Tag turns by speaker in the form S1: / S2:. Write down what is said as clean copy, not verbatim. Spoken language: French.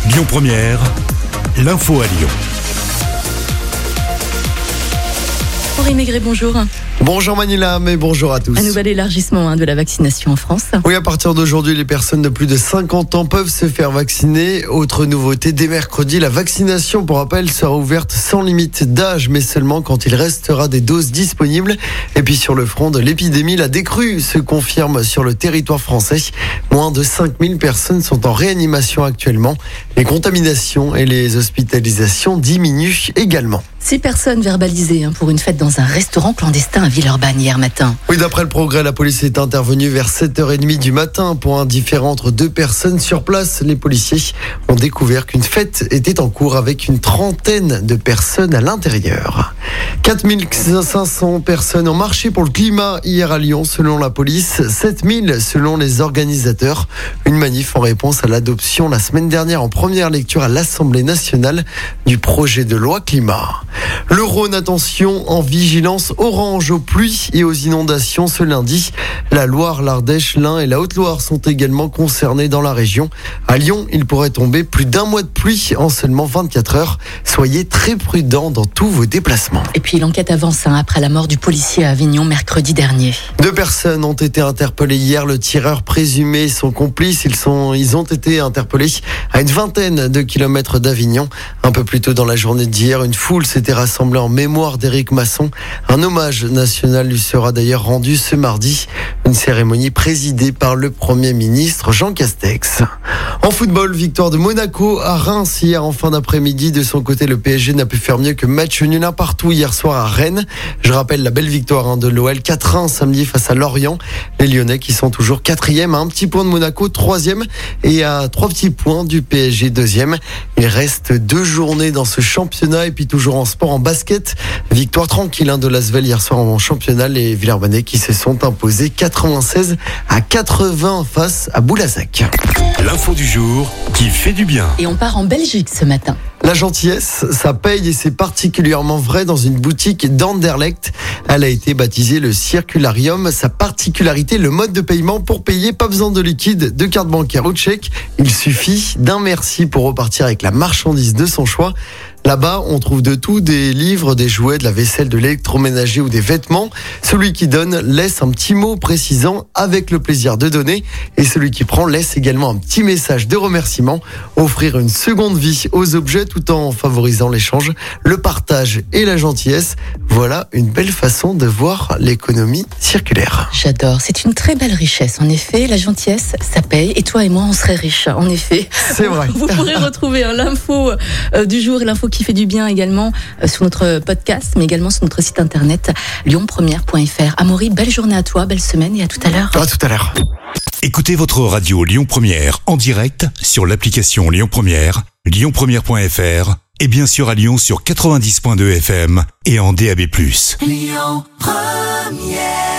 S1: Lyon Première, l'info à Lyon.
S2: Henri Maigret, bonjour.
S3: Bonjour Manila, mais bonjour à tous.
S2: Un nouvel élargissement de la vaccination en France.
S3: Oui, à partir d'aujourd'hui, les personnes de plus de 50 ans peuvent se faire vacciner. Autre nouveauté, dès mercredi, la vaccination, pour rappel, sera ouverte sans limite d'âge, mais seulement quand il restera des doses disponibles. Et puis sur le front de l'épidémie, la décrue se confirme sur le territoire français. Moins de 5000 personnes sont en réanimation actuellement. Les contaminations et les hospitalisations diminuent également.
S2: 6 personnes verbalisées pour une fête dans un restaurant clandestin à Villeurbanne hier matin.
S3: Oui, d'après le Progrès, la police est intervenue vers 7h30 du matin pour un différend entre 2 personnes. Sur place, les policiers ont découvert qu'une fête était en cours avec une trentaine de personnes à l'intérieur. 4500 personnes ont marché pour le climat hier à Lyon selon la police, 7000 selon les organisateurs. Une manif en réponse à l'adoption la semaine dernière en première lecture à l'Assemblée nationale du projet de loi climat. Le Rhône, attention, en vigilance orange aux pluies et aux inondations ce lundi. La Loire, l'Ardèche, l'Ain et la Haute-Loire sont également concernés dans la région. À Lyon, il pourrait tomber plus d'un mois de pluie en seulement 24 heures. Soyez très prudents dans tous vos déplacements.
S2: Et puis l'enquête avance après la mort du policier à Avignon mercredi dernier.
S3: 2 personnes ont été interpellées hier. Le tireur présumé et son complice, ils ont été interpellés à une vingtaine de kilomètres d'Avignon. Un peu plus tôt dans la journée d'hier, une foule s'était rassemblée en mémoire d'Éric Masson. Un hommage national lui sera d'ailleurs rendu ce mardi. Une cérémonie présidée par le Premier ministre Jean Castex. En football, victoire de Monaco à Reims hier en fin d'après-midi. De son côté, le PSG n'a pu faire mieux que match nul un partout hier soir à Rennes. Je rappelle la belle victoire de l'OL 4-1 samedi face à Lorient. Les Lyonnais qui sont toujours 4e à un petit point de Monaco, 3e et à 3 petits points du PSG 2e. Il reste 2 journées dans ce championnat et puis toujours en sport, en basket. Victoire tranquille de l'Asvel hier soir en championnat. Les Villeurbanais qui se sont imposés 96-80 face à Boulazac.
S1: L'info du jour qui fait du bien.
S2: Et on part en Belgique ce matin.
S3: La gentillesse, ça paye et c'est particulièrement vrai dans une boutique d'Anderlecht. Elle a été baptisée le Circularium. Sa particularité, le mode de paiement pour payer, pas besoin de liquide, de carte bancaire ou de chèque. Il suffit d'un merci pour repartir avec la marchandise de son choix. Là-bas, on trouve de tout, des livres, des jouets, de la vaisselle, de l'électroménager ou des vêtements. Celui qui donne laisse un petit mot précisant « avec le plaisir de donner » et celui qui prend laisse également un petit message de remerciement. Offrir une seconde vie aux objets tout en favorisant l'échange, le partage et la gentillesse. Voilà une belle façon de voir l'économie circulaire.
S2: J'adore, c'est une très belle richesse. En effet, la gentillesse, ça paye. Et toi et moi, on serait riches, en effet.
S3: C'est vrai.
S2: Vous pourrez retrouver l'info du jour et l'info qui fait du bien également sur notre podcast, mais également sur notre site internet lyonpremière.fr. Amaury, belle journée à toi, belle semaine et à tout à l'heure.
S3: À tout à l'heure.
S1: Écoutez votre radio Lyon Première en direct sur l'application Lyon Première, lyonpremière.fr et bien sûr à Lyon sur 90.2 FM et en DAB+.
S4: Lyon Première.